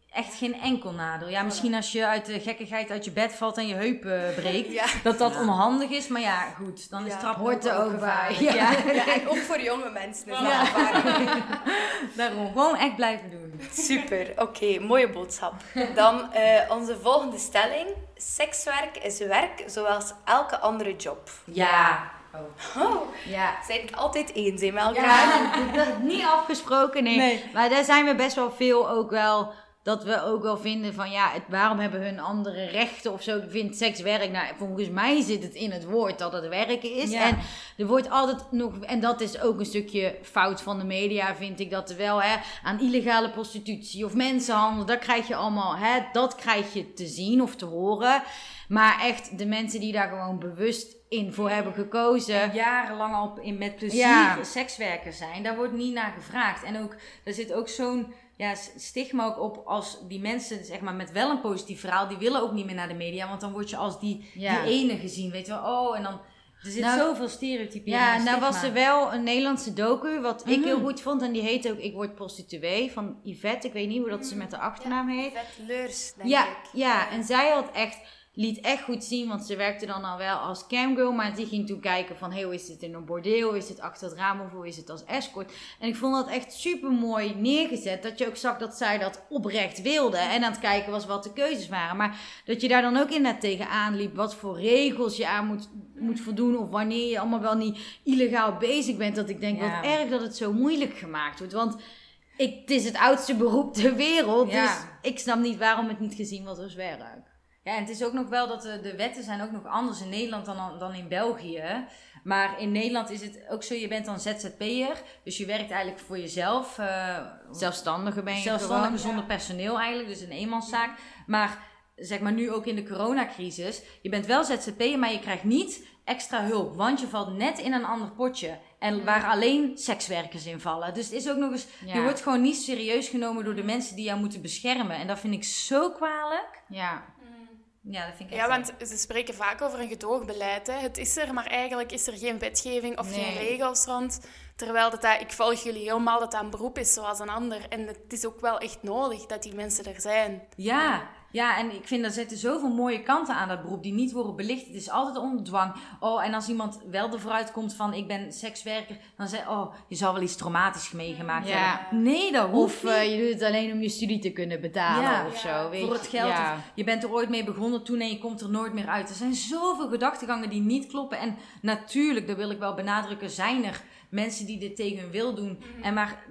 echt geen enkel nadeel. Ja, misschien als je uit de gekkigheid uit je bed valt en je heup breekt, Ja. dat onhandig is. Maar ja, goed, dan is Ja. trappen Hoort er ook bij. gevaarlijk. Ja. Ja, en ook voor jonge mensen is dat Ja. gevaarlijk. Daarom, gewoon echt blijven doen. Super, oké, mooie boodschap. Dan onze volgende stelling. Sekswerk is werk zoals elke andere job. Ja. Oh, Ja. zijn het altijd eens hè, met elkaar? Ja, dat is niet afgesproken, nee. Maar daar zijn we best wel veel ook wel... Dat we ook wel vinden van waarom hebben hun andere rechten of zo. Ik vind seks werk. Nou, volgens mij zit het in het woord dat het werken is. Ja. En er wordt altijd nog... En dat is ook een stukje fout van de media, vind ik dat er wel. Aan illegale prostitutie of mensenhandel. Dat krijg je allemaal... dat krijg je te zien of te horen. Maar echt de mensen die daar gewoon bewust in voor hebben gekozen. Jarenlang al met plezier sekswerker zijn. Daar wordt niet naar gevraagd. En ook, er zit ook zo'n stigma ook op als die mensen, zeg maar, met wel een positief verhaal, die willen ook niet meer naar de media. Want dan word je als die ene gezien, weet je wel. Oh, en dan... Er zit zoveel stereotyperen. Ja, nou was er wel een Nederlandse docu, wat ik heel goed vond. En die heet ook Ik Word Prostituee, van Yvette. Ik weet niet hoe dat ze met de achternaam heet. Vet leurs, denk Ja, ik. ja, en zij liet echt goed zien, want ze werkte dan al wel als camgirl, maar die ging toen kijken van, hoe is het in een bordeel, hoe is het achter het raam of hoe is het als escort. En ik vond dat echt super mooi neergezet, dat je ook zag dat zij dat oprecht wilde en aan het kijken was wat de keuzes waren. Maar dat je daar dan ook inderdaad tegenaan liep, wat voor regels je aan moet voldoen of wanneer je allemaal wel niet illegaal bezig bent, dat ik denk, wat erg dat het zo moeilijk gemaakt wordt, want het is het oudste beroep ter wereld, dus ik snap niet waarom het niet gezien wordt als werk. Ja, en het is ook nog wel dat de wetten zijn ook nog anders in Nederland dan in België. Maar in Nederland is het ook zo, je bent dan ZZP'er. Dus je werkt eigenlijk voor jezelf. Zelfstandige ben je Zelfstandige gewoon. zonder personeel eigenlijk, dus een eenmanszaak. Maar zeg maar nu ook in de coronacrisis. Je bent wel ZZP'er, maar je krijgt niet extra hulp. Want je valt net in een ander potje. En waar alleen sekswerkers in vallen. Dus het is ook nog eens... Ja. Je wordt gewoon niet serieus genomen door de mensen die jou moeten beschermen. En dat vind ik zo kwalijk. Ja. Ja, dat vind ik echt Ja, want ze spreken vaak over een gedoogbeleid. Hè. Het is er, maar eigenlijk is er geen wetgeving of geen regels rond. Terwijl ik volg jullie helemaal dat dat een beroep is zoals een ander. En het is ook wel echt nodig dat die mensen er zijn. Ja, en ik vind er zitten zoveel mooie kanten aan dat beroep die niet worden belicht. Het is altijd onder dwang. Oh, en als iemand wel ervoor uitkomt van ik ben sekswerker, dan zeg je zal wel iets traumatisch meegemaakt hebben. Nee, dat hoeft niet. Of je doet het alleen om je studie te kunnen betalen of zo. Weet voor je. het geld. Ja. Of je bent er ooit mee begonnen toen en je komt er nooit meer uit. Er zijn zoveel gedachtegangen die niet kloppen. En natuurlijk, dat wil ik wel benadrukken, zijn er mensen die dit tegen hun wil doen. En maar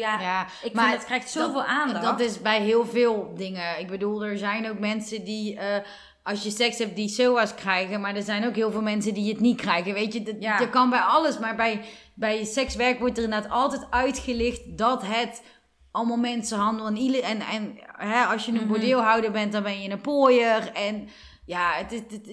ik vind het krijgt zoveel aandacht. Dat is bij heel veel dingen. Ik bedoel, er zijn ook mensen die... als je seks hebt, die SOA's krijgen. Maar er zijn ook heel veel mensen die het niet krijgen. Weet je, dat kan bij alles. Maar bij sekswerk wordt er inderdaad altijd uitgelicht dat het allemaal mensenhandel en als je een bordeelhouder bent, dan ben je een pooier. En ja,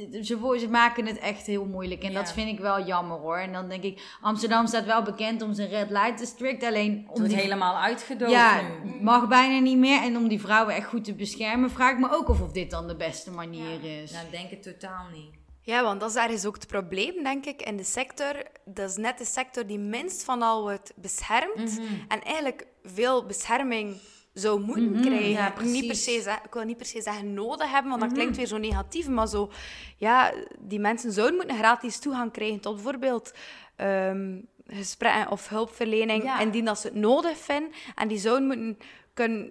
ze maken het echt heel moeilijk. En dat vind ik wel jammer hoor. En dan denk ik, Amsterdam staat wel bekend om zijn red light district. Alleen het wordt helemaal uitgedoofd nu. Mag bijna niet meer. En om die vrouwen echt goed te beschermen, vraag ik me ook of dit dan de beste manier is. Nou, denk ik totaal niet. Ja, want dat is ergens ook het probleem, denk ik, in de sector. Dat is net de sector die minst van al wordt beschermd. En eigenlijk veel bescherming zou moeten krijgen. Ja, Ik wil niet per se zeggen nodig hebben, want dat klinkt weer zo negatief. Maar zo, ja, die mensen zouden moeten gratis toegang krijgen tot bijvoorbeeld gesprekken of hulpverlening. Indien dat ze het nodig vinden. En die zouden moeten kunnen,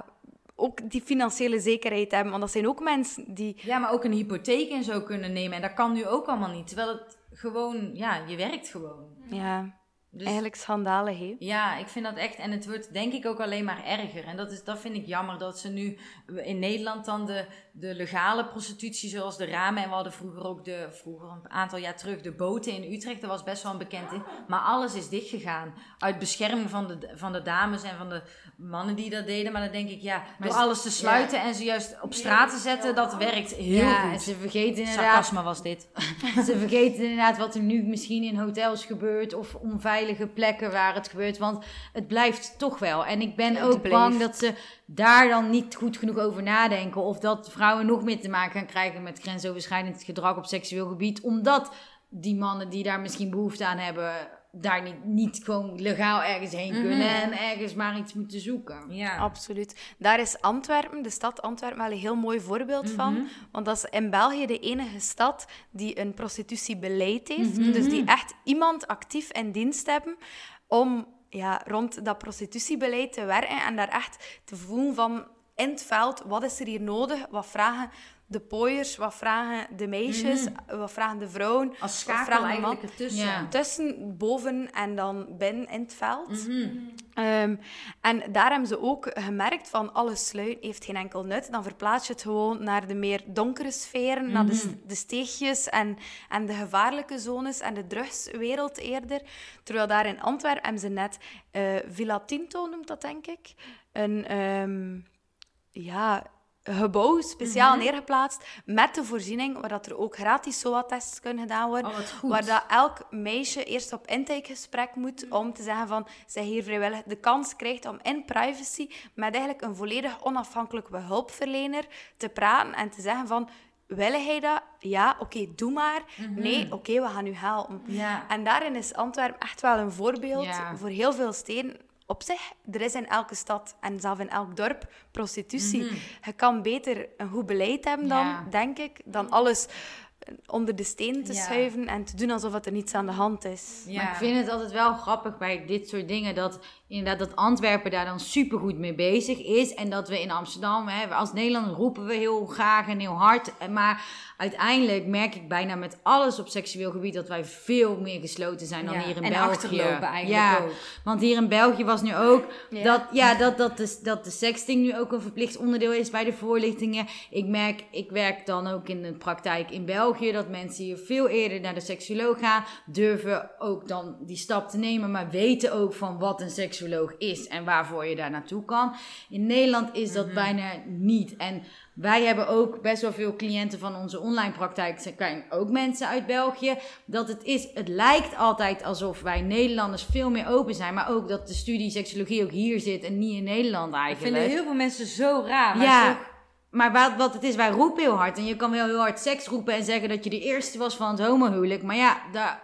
ook die financiële zekerheid hebben. Want dat zijn ook mensen die... Ja, maar ook een hypotheek en zo kunnen nemen. En dat kan nu ook allemaal niet. Terwijl het gewoon... Ja, je werkt gewoon. Ja, dus, eigenlijk schandalig, hè? Ja, ik vind dat echt... En het wordt denk ik ook alleen maar erger. En dat vind ik jammer. Dat ze nu in Nederland dan de legale prostitutie, zoals de ramen. En we hadden vroeger een aantal jaar terug, de boten in Utrecht. Dat was best wel een bekend ding. Maar alles is dichtgegaan. Uit bescherming van de dames en van de mannen die dat deden. Maar dan denk ik, door alles te sluiten en ze juist op straat te zetten, dat werkt heel goed. En ze vergeten inderdaad... Sarcasme was dit. Ze vergeten inderdaad wat er nu misschien in hotels gebeurt of onveilige plekken waar het gebeurt. Want het blijft toch wel. En ik ben ook bang dat ze daar dan niet goed genoeg over nadenken. Of dat vrouwen nog meer te maken gaan krijgen met grensoverschrijdend gedrag op seksueel gebied. Omdat die mannen die daar misschien behoefte aan hebben daar niet gewoon legaal ergens heen kunnen en ergens maar iets moeten zoeken. Ja. Absoluut. Daar is Antwerpen, de stad Antwerpen, wel een heel mooi voorbeeld van. Want dat is in België de enige stad die een prostitutiebeleid heeft. Dus die echt iemand actief in dienst hebben om rond dat prostitutiebeleid te werken en daar echt te voelen van in het veld, wat is er hier nodig? Wat vragen de pooiers, wat vragen de meisjes, wat vragen de vrouwen? Als schakel wat vragen de eigenlijk man? ertussen. Ja. Tussen, boven en dan binnen in het veld. En daar hebben ze ook gemerkt van alles sluiten heeft geen enkel nut. Dan verplaats je het gewoon naar de meer donkere sferen, naar de steegjes en de gevaarlijke zones en de drugswereld eerder. Terwijl daar in Antwerpen hebben ze net Villa Tinto, noemt dat denk ik. Een gebouw speciaal neergeplaatst met de voorziening waar dat er ook gratis SOA-tests kunnen gedaan worden. Waar dat elk meisje eerst op intakegesprek moet om te zeggen van zij hier vrijwillig de kans krijgt om in privacy met eigenlijk een volledig onafhankelijke hulpverlener te praten en te zeggen van wil jij dat? Ja, oké, doe maar. Nee, oké, we gaan u helpen. Ja. En daarin is Antwerpen echt wel een voorbeeld voor heel veel steden. Op zich, er is in elke stad en zelfs in elk dorp prostitutie. Je kan beter een goed beleid hebben dan, denk ik, dan alles onder de steen te schuiven en te doen alsof er niets aan de hand is. Ja. Maar ik vind het altijd wel grappig bij dit soort dingen dat inderdaad dat Antwerpen daar dan supergoed mee bezig is en dat we in Amsterdam, als Nederlander roepen we heel graag en heel hard, maar uiteindelijk merk ik bijna met alles op seksueel gebied dat wij veel meer gesloten zijn dan hier in België. En achterlopen eigenlijk ook. Want hier in België was nu ook dat de sexting nu ook een verplicht onderdeel is bij de voorlichtingen. Ik werk dan ook in de praktijk in België dat mensen hier veel eerder naar de seksuoloog gaan, durven ook dan die stap te nemen, maar weten ook van wat een seksuoloog is en waarvoor je daar naartoe kan. In Nederland is dat bijna niet. En wij hebben ook best wel veel cliënten van onze online praktijk. Er zijn ook mensen uit België. Het lijkt altijd alsof wij Nederlanders veel meer open zijn. Maar ook dat de studie seksologie ook hier zit en niet in Nederland eigenlijk. Dat vinden heel veel mensen zo raar. Maar ja, toch... maar wat het is, wij roepen heel hard. En je kan wel heel hard seks roepen en zeggen dat je de eerste was van het homohuwelijk. Maar ja,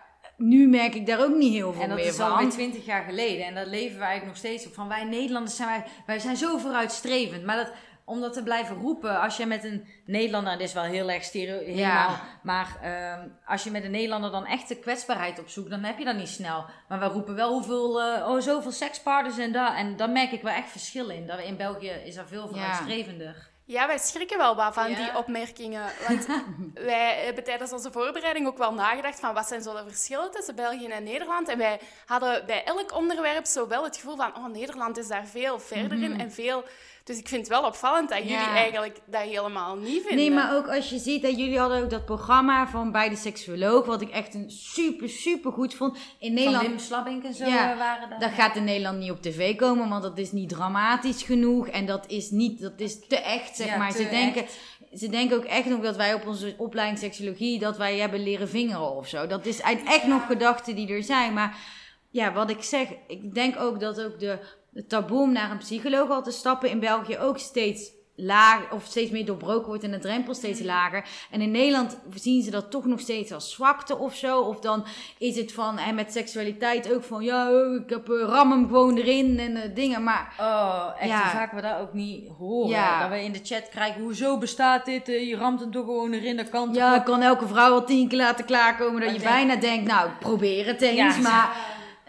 nu merk ik daar ook niet heel veel meer van. En dat is alweer 20 jaar geleden. En dat leven wij eigenlijk nog steeds op. Van wij Nederlanders wij zijn zo vooruitstrevend. Maar om dat te blijven roepen, als je met een Nederlander, dit is wel heel erg helemaal, maar als je met een Nederlander dan echt de kwetsbaarheid opzoekt, dan heb je dat niet snel. Maar we roepen wel zoveel sekspartners en dat. En daar merk ik wel echt verschil in. Dat in België is er veel vooruitstrevender. Ja, wij schrikken wel wat van die opmerkingen. Want wij hebben tijdens onze voorbereiding ook wel nagedacht van wat zijn zo de verschillen tussen België en Nederland. En wij hadden bij elk onderwerp zo wel het gevoel van Nederland is daar veel verder in en veel... Dus ik vind het wel opvallend dat jullie eigenlijk dat helemaal niet vinden. Nee, maar ook als je ziet dat jullie hadden ook dat programma van bij de seksuoloog, wat ik echt een super goed vond. In Nederland, van Wim Slabbink en zo waren dat. Dat gaat in Nederland niet op tv komen, want dat is niet dramatisch genoeg. En dat is te echt, zeg maar. Ze denken ook echt nog dat wij op onze opleiding seksologie, dat wij hebben leren vingeren of zo. Dat is echt nog gedachten die er zijn. Maar ja, wat ik zeg, ik denk ook dat ook de taboe om naar een psycholoog al te stappen in België ook steeds lager of steeds meer doorbroken wordt en de drempel steeds lager. En in Nederland zien ze dat toch nog steeds als zwakte of zo. Of dan is het van, en met seksualiteit ook van, ik heb ram hem gewoon erin en dingen. Maar echt hoe vaak we dat ook niet horen. Ja. Dat we in de chat krijgen, hoezo bestaat dit? Je ramt hem toch gewoon erin, dat kan toch kan elke vrouw al 10 keer laten klaarkomen dat je bijna denkt, nou, probeer het eens. Maar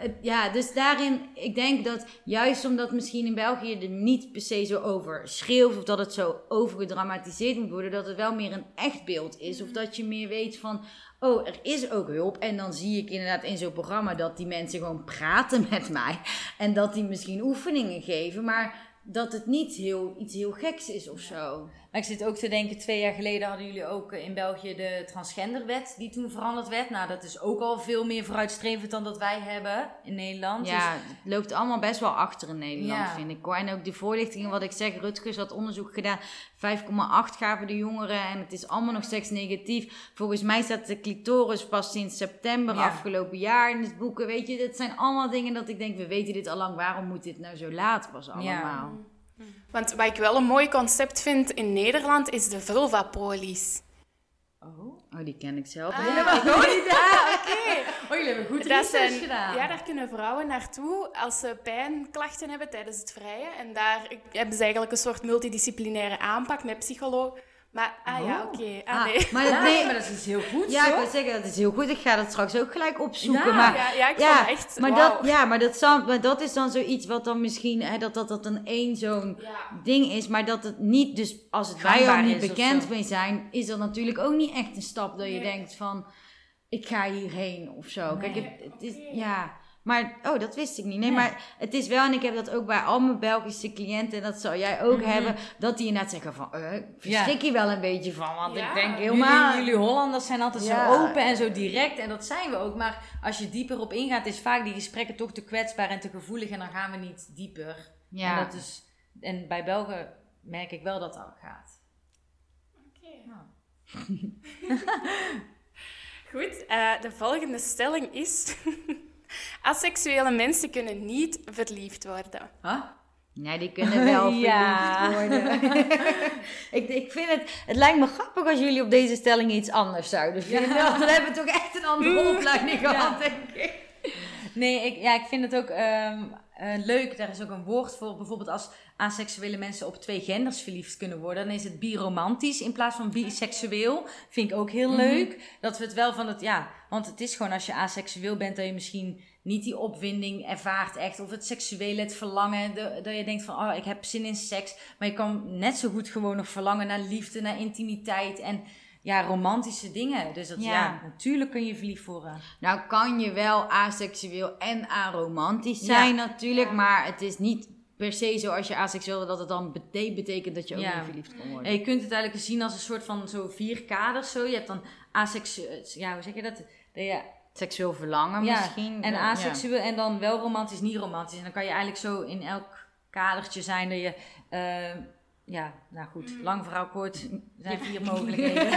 dus daarin, ik denk dat juist omdat misschien in België er niet per se zo over schreeuwt of dat het zo overgedramatiseerd moet worden, dat het wel meer een echt beeld is. Of dat je meer weet van, er is ook hulp. En dan zie ik inderdaad in zo'n programma dat die mensen gewoon praten met mij. En dat die misschien oefeningen geven, maar dat het niet iets heel geks is of zo. Maar ik zit ook te denken, 2 jaar geleden hadden jullie ook in België de transgenderwet die toen veranderd werd. Nou, dat is ook al veel meer vooruitstrevend dan dat wij hebben in Nederland. Ja, het loopt allemaal best wel achter in Nederland, vind ik. En ook die voorlichtingen, wat ik zeg, Rutgers had onderzoek gedaan. 5,8 gaven de jongeren en het is allemaal nog seksnegatief. Volgens mij staat de clitoris pas sinds september afgelopen jaar in het boeken. Weet je, dat zijn allemaal dingen dat ik denk, we weten dit al lang. Waarom moet dit nou zo laat pas allemaal? Ja. Want wat ik wel een mooi concept vind in Nederland is de vulvapolice. Oh, die ken ik zelf. Ah, helemaal niet. oké. Oh, jullie hebben goed Dat research zijn, gedaan. ja, daar kunnen vrouwen naartoe als ze pijnklachten hebben tijdens het vrijen. En daar hebben ze eigenlijk een soort multidisciplinaire aanpak met psycholoog. Maar, oké. Nee. Maar dat is iets heel goed, Ja, zo. ik wil zeggen, dat is heel goed. Ik ga dat straks ook gelijk opzoeken. Ja. Maar, Ja, ik vond het echt... maar, wauw. maar dat is dan zoiets wat dan misschien... dat dan één zo'n ding is. Maar dat het niet... Dus als het wij al Gangbaar niet is of bekend zo. mee zijn... is dat natuurlijk ook niet echt een stap dat je denkt van... Ik ga hierheen of zo. Nee. Kijk, het is... Ja... Maar, dat wist ik niet. Nee, maar het is wel, en ik heb dat ook bij al mijn Belgische cliënten, en dat zal jij ook hebben, dat die inderdaad zeggen van, verschrik je wel een beetje van, want ik denk helemaal... Jullie Hollanders zijn altijd Ja. zo open en zo direct, en dat zijn we ook. Maar als je dieper op ingaat, is vaak die gesprekken toch te kwetsbaar en te gevoelig, en dan gaan we niet dieper. Ja. En, dat is, en bij Belgen merk ik wel dat dat gaat. Goed, de volgende stelling is... Asexuele mensen kunnen niet verliefd worden. Huh? Nee, die kunnen wel Ja. verliefd worden. ik vind het lijkt me grappig als jullie op deze stelling iets anders zouden vinden. Want dan hebben we toch echt een andere opleiding gehad, denk ik. Nee, ik vind het ook leuk. Daar is ook een woord voor. Bijvoorbeeld als aseksuele mensen op 2 genders verliefd kunnen worden. Dan is het biromantisch in plaats van biseksueel. Vind ik ook heel leuk. Dat we het wel van het... Ja, want het is gewoon als je aseksueel bent... dat je misschien niet die opwinding ervaart echt. Of het seksuele, het verlangen. Dat je denkt van, ik heb zin in seks. Maar je kan net zo goed gewoon nog verlangen naar liefde, naar intimiteit. En ja, romantische dingen. Dus dat, natuurlijk kun je verliefd worden. Nou kan je wel aseksueel en aromantisch zijn natuurlijk. Maar het is niet per se zo als je aseksueel bent... dat het dan betekent dat je ook niet verliefd kan worden. En je kunt het eigenlijk zien als een soort van zo 4 kaders. Zo. Je hebt dan aseksueel... Ja, hoe zeg je dat? Seksueel verlangen misschien. En aseksueel en dan wel romantisch, niet romantisch. En dan kan je eigenlijk zo in elk kadertje zijn dat je... nou goed, lang verhaal kort. Er zijn 4 mogelijkheden.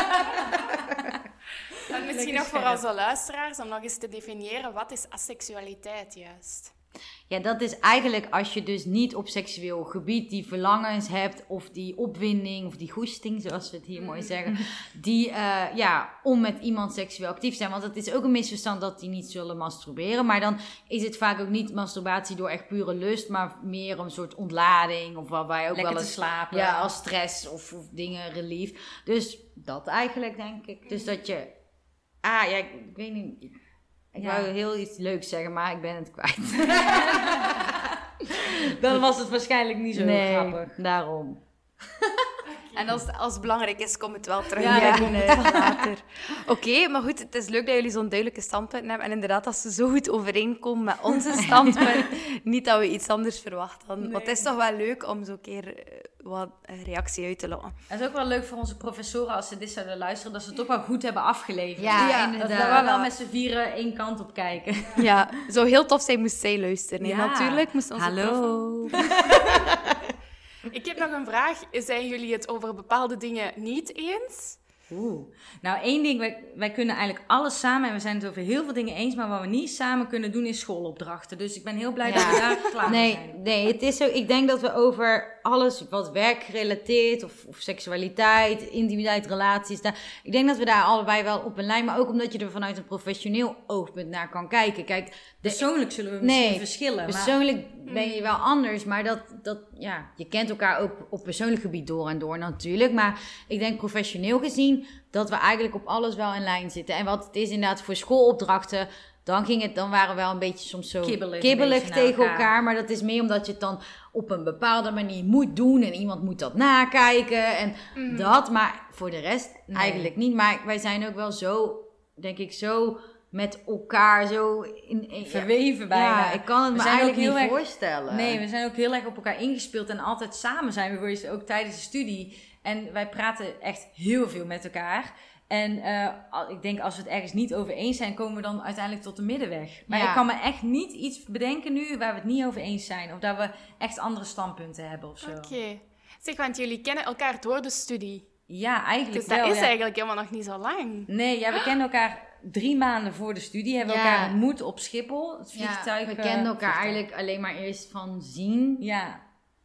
En misschien nog voor onze luisteraars, om nog eens te definiëren, wat is asexualiteit juist? Ja, dat is eigenlijk als je dus niet op seksueel gebied die verlangens hebt... of die opwinding of die goesting, zoals we het hier mooi zeggen... die om met iemand seksueel actief zijn. Want het is ook een misverstand dat die niet zullen masturberen. Maar dan is het vaak ook niet masturbatie door echt pure lust... maar meer een soort ontlading of waarbij ook Lekker wel te eens... slapen. Ja, als stress of dingen relief. Dus dat eigenlijk, denk ik. Dus dat je... ik weet niet... Ik wou heel iets leuks zeggen, maar ik ben het kwijt. Dan was het waarschijnlijk niet zo grappig. Daarom. En als het belangrijk is, komt het wel terug Ja, Oké, maar goed, het is leuk dat jullie zo'n duidelijke standpunt hebben. En inderdaad, als ze zo goed overeenkomen met onze standpunt, niet dat we iets anders verwachten. Nee. Want het is toch wel leuk om zo'n keer wat reactie uit te laten. Het is ook wel leuk voor onze professoren als ze dit zouden luisteren, dat ze het ook wel goed hebben afgeleverd. Ja, inderdaad. Dat we wel met z'n 4 één kant op kijken. Ja, zou heel tof zijn moest zij luisteren. Ja. Natuurlijk moest onze Hallo. Ik heb nog een vraag. Zijn jullie het over bepaalde dingen niet eens? Nou, één ding, wij kunnen eigenlijk alles samen en we zijn het over heel veel dingen eens, maar wat we niet samen kunnen doen is schoolopdrachten. Dus ik ben heel blij dat we daar klaar mee zijn. Nee, het is zo. Ik denk dat we over alles wat werkgerelateerd of seksualiteit, intimiteit, relaties, ik denk dat we daar allebei wel op een lijn, maar ook omdat je er vanuit een professioneel oogpunt naar kan kijken. Kijk, persoonlijk zullen we misschien verschillen. Persoonlijk ben je wel anders, maar je kent elkaar ook op persoonlijk gebied door en door natuurlijk. Maar ik denk professioneel gezien dat we eigenlijk op alles wel in lijn zitten. En wat het is inderdaad voor schoolopdrachten, dan waren we wel een beetje soms zo kibbelig tegen elkaar. Maar dat is meer omdat je het dan op een bepaalde manier moet doen en iemand moet dat nakijken en dat. Maar voor de rest eigenlijk niet. Maar wij zijn ook wel zo, denk ik, zo met elkaar zo verweven bijna. Ja, ik kan het me eigenlijk niet voorstellen. Nee, we zijn ook heel erg op elkaar ingespeeld en altijd samen zijn we geweest, ook tijdens de studie. En wij praten echt heel veel met elkaar. En ik denk als we het ergens niet over eens zijn, komen we dan uiteindelijk tot de middenweg. Maar ik kan me echt niet iets bedenken nu waar we het niet over eens zijn. Of dat we echt andere standpunten hebben of zo. Oké. Zeg, want jullie kennen elkaar door de studie. Ja, eigenlijk dus wel. Dus dat is eigenlijk helemaal nog niet zo lang. Nee, we kennen elkaar 3 maanden voor de studie. Hebben we elkaar ontmoet op Schiphol. Het vliegtuig. We kenden elkaar eigenlijk alleen maar eerst van zien. Ja.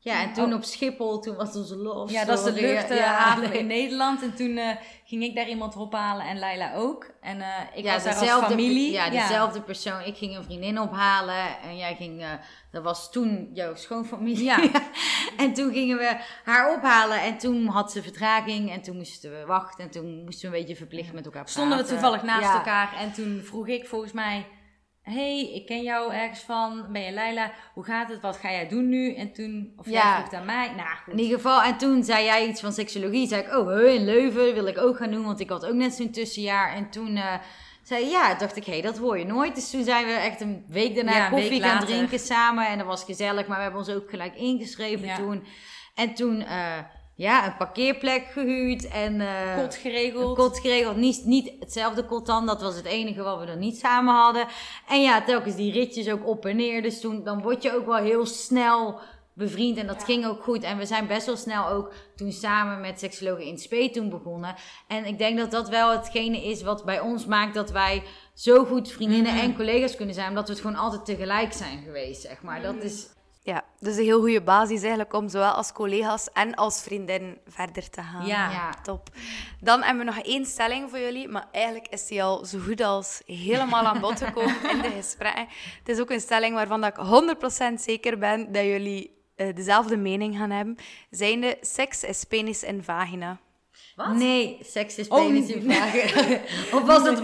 Ja, en toen op Schiphol, toen was onze love Ja, dat is de story. luchthaven in Nederland. En toen ging ik daar iemand ophalen en Laila ook. En ik was daar als familie. Ja, dezelfde persoon. Ik ging een vriendin ophalen en jij ging... dat was toen jouw schoonfamilie. Ja. En toen gingen we haar ophalen en toen had ze vertraging en toen moesten we wachten. En toen moesten we een beetje verplicht met elkaar praten. Stonden we toevallig naast elkaar en toen vroeg ik volgens mij... Hey, ik ken jou ergens van. Ben je Laila? Hoe gaat het? Wat ga jij doen nu? En toen, of jij vroeg aan mij. Nou, goed. In ieder geval, en toen zei jij iets van seksologie. Zei ik, in Leuven wil ik ook gaan doen, want ik had ook net zo'n tussenjaar. En toen zei je, dacht ik, dat hoor je nooit. Dus toen zijn we echt een week daarna koffie gaan drinken samen. En dat was gezellig, maar we hebben ons ook gelijk ingeschreven toen. En toen... een parkeerplek gehuurd en... Kot geregeld. Niet hetzelfde kot dan. Dat was het enige wat we dan niet samen hadden. En ja, telkens die ritjes ook op en neer. Dus dan word je ook wel heel snel bevriend. En dat ging ook goed. En we zijn best wel snel ook toen samen met Seksologen in Spe toen begonnen. En ik denk dat dat wel hetgene is wat bij ons maakt dat wij zo goed vriendinnen en collega's kunnen zijn. Omdat we het gewoon altijd tegelijk zijn geweest, zeg maar. Dat is... Ja, dus een heel goede basis eigenlijk om zowel als collega's en als vriendin verder te gaan. Ja. Top. Dan hebben we nog 1 stelling voor jullie, maar eigenlijk is die al zo goed als helemaal aan bod gekomen in de gesprekken. Het is ook een stelling waarvan dat ik 100% zeker ben dat jullie dezelfde mening gaan hebben. Zijnde, seks is penis en vagina. Wat? Nee, seks is penis en vagina. Of was het...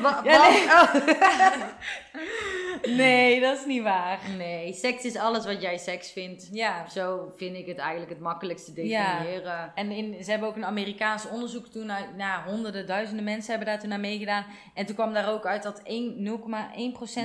Nee, dat is niet waar. Nee, seks is alles wat jij seks vindt. Ja. Zo vind ik het eigenlijk het makkelijkste definiëren. Ja. En ze hebben ook een Amerikaans onderzoek toen, honderden, duizenden mensen hebben daar toen naar meegedaan. En toen kwam daar ook uit dat 0,1% of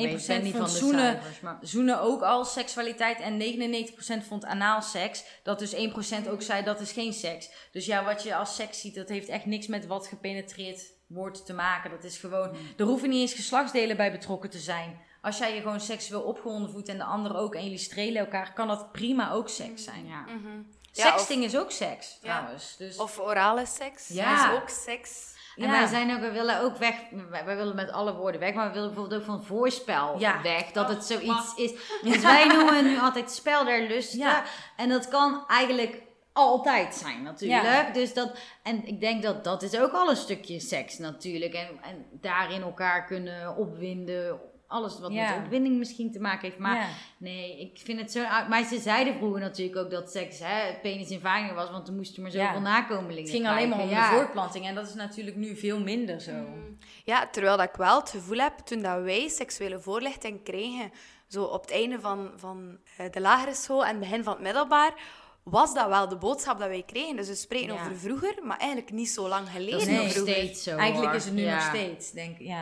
1% vond zoenen ook al seksualiteit en 99% vond anaal seks. Dat dus 1% ook zei dat is geen seks. Dus ja, wat je als seks ziet, dat heeft echt niks met wat gepenetreerd wordt te maken. Dat is gewoon, er hoeven niet eens geslachtsdelen bij betrokken te zijn. Als jij je gewoon seksueel opgewonden voelt en de ander ook en jullie strelen elkaar, kan dat prima ook seks zijn. Ja. Sexting is ook seks, trouwens. Dus... Of orale seks. Ja. Dat is ook seks. En we willen ook weg, wij willen met alle woorden weg, maar we willen bijvoorbeeld ook van voorspel weg, dat het zoiets is. Dus wij noemen het nu altijd spel der lusten. En dat kan eigenlijk altijd zijn natuurlijk. Ja. Dus en ik denk dat is ook al een stukje seks natuurlijk. En daarin elkaar kunnen opwinden. Alles wat met opwinding misschien te maken heeft. Maar nee, ik vind het zo... Maar ze zeiden vroeger natuurlijk ook dat seks penis en vagina was. Want er moesten maar zoveel nakomelingen. Het ging alleen maar om de voortplanting. En dat is natuurlijk nu veel minder zo. Ja, terwijl dat ik wel het gevoel heb, toen dat wij seksuele voorlichting kregen, zo op het einde van de lagere school en het begin van het middelbaar, was dat wel de boodschap dat wij kregen. Dus we spreken over vroeger, maar eigenlijk niet zo lang geleden. Dat is nog steeds zo. Eigenlijk is het nu nog steeds, denk ik.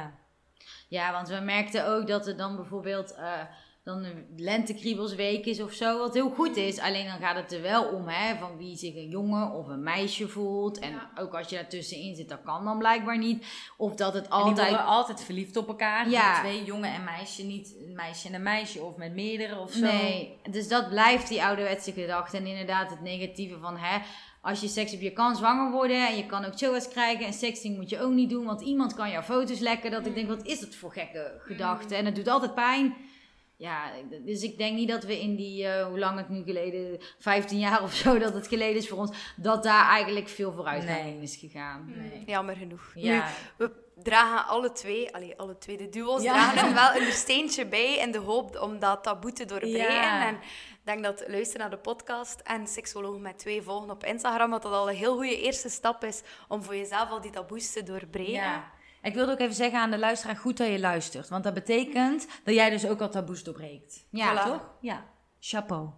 Ja, want we merkten ook dat er dan bijvoorbeeld dan een lentekriebelsweek is of zo, wat heel goed is. Alleen dan gaat het er wel om, van wie zich een jongen of een meisje voelt. En ook als je daartussenin zit, dat kan dan blijkbaar niet. Of dat het altijd... En die worden altijd verliefd op elkaar. Ja. 2 jongen en meisje, niet een meisje en een meisje of met meerdere of zo. Nee, dus dat blijft die ouderwetse gedachte. En inderdaad het negatieve van, als je seks hebt, je kan zwanger worden en je kan ook SOA's krijgen. En sexting moet je ook niet doen, want iemand kan jouw foto's lekken. Dat ik denk, wat is dat voor gekke gedachte? En het doet altijd pijn. Ja, dus ik denk niet dat we in die, hoe lang het nu geleden, 15 jaar of zo dat het geleden is voor ons, dat daar eigenlijk veel vooruitgang in is gegaan. Nee. Jammer genoeg. Ja. Nu, we dragen alle twee de duo's dragen wel een steentje bij in de hoop om dat taboe te doorbreken. Ja. En ik denk dat luisteren naar de podcast en Seksologen met 2 volgen op Instagram, dat al een heel goede eerste stap is om voor jezelf al die taboes te doorbreken. Ja. Ik wilde ook even zeggen aan de luisteraar, goed dat je luistert. Want dat betekent dat jij dus ook al taboes doorbreekt. Ja, toch? Ja. Chapeau.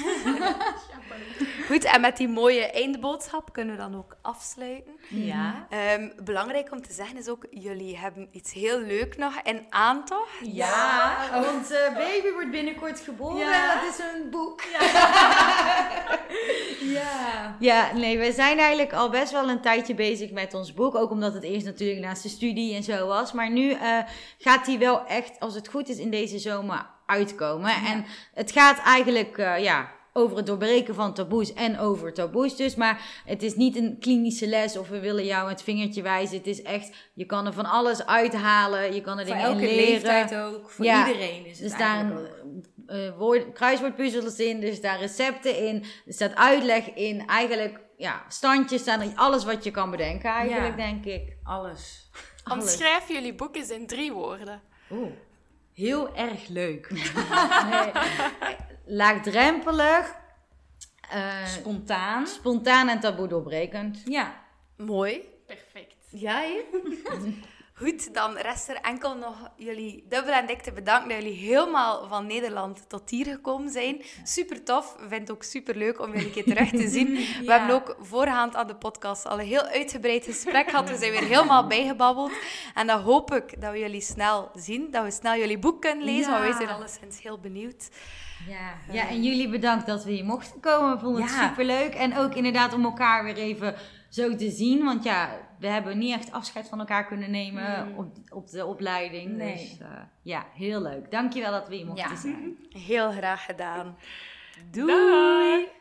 Goed, en met die mooie eindboodschap kunnen we dan ook afsluiten. Ja. Belangrijk om te zeggen is ook, jullie hebben iets heel leuk nog in aantocht. Ja, onze baby wordt binnenkort geboren. Ja. Dat is een boek. Ja, nee, we zijn eigenlijk al best wel een tijdje bezig met ons boek. Ook omdat het eerst natuurlijk naast de studie en zo was. Maar nu gaat die wel echt, als het goed is, in deze zomer uitkomen. Ja. En het gaat eigenlijk over het doorbreken van taboes en over taboes dus. Maar het is niet een klinische les of we willen jou het vingertje wijzen. Het is echt, je kan er van alles uithalen. Je kan er Voor dingen in elke leren. leeftijd ook. Voor iedereen is het er staan kruiswoordpuzzels in, er staan recepten in, er staat uitleg in. Eigenlijk, standjes staan er, alles wat je kan bedenken eigenlijk, denk ik. Alles. Omschrijf jullie boek eens in 3 woorden. Oeh, heel erg leuk. Laagdrempelig. Spontaan en taboe doorbrekend. Ja. Mooi. Perfect. Ja, hè? Goed, dan rest er enkel nog jullie dubbel en dik te bedanken dat jullie helemaal van Nederland tot hier gekomen zijn. Super tof. Ik vind het ook super leuk om jullie een keer terug te zien. We hebben ook voorgaand aan de podcast al een heel uitgebreid gesprek gehad. We zijn weer helemaal bijgebabbeld. En dan hoop ik dat we jullie snel zien. Dat we snel jullie boek kunnen lezen. Want wij zijn alleszins heel benieuwd. Ja, en jullie bedankt dat we hier mochten komen. We vonden het superleuk. En ook inderdaad om elkaar weer even zo te zien. Want we hebben niet echt afscheid van elkaar kunnen nemen op de opleiding. Nee. Dus heel leuk. Dankjewel dat we hier mochten zijn. Heel graag gedaan. Doei! Doei.